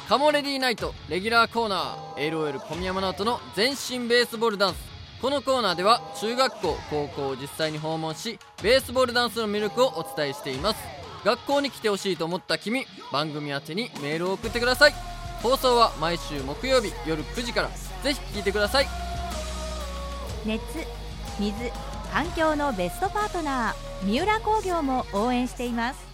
カモレディナイトレギュラーコーナー LOL 小宮山直人の全身ベースボールダンス。このコーナーでは中学校高校を実際に訪問しベースボールダンスの魅力をお伝えしています。学校に来てほしいと思った君、番組宛てにメールを送ってください。放送は毎週木曜日夜9時から、ぜひ聞いてください。 熱、水、環境のベストパートナー三浦工業も応援しています。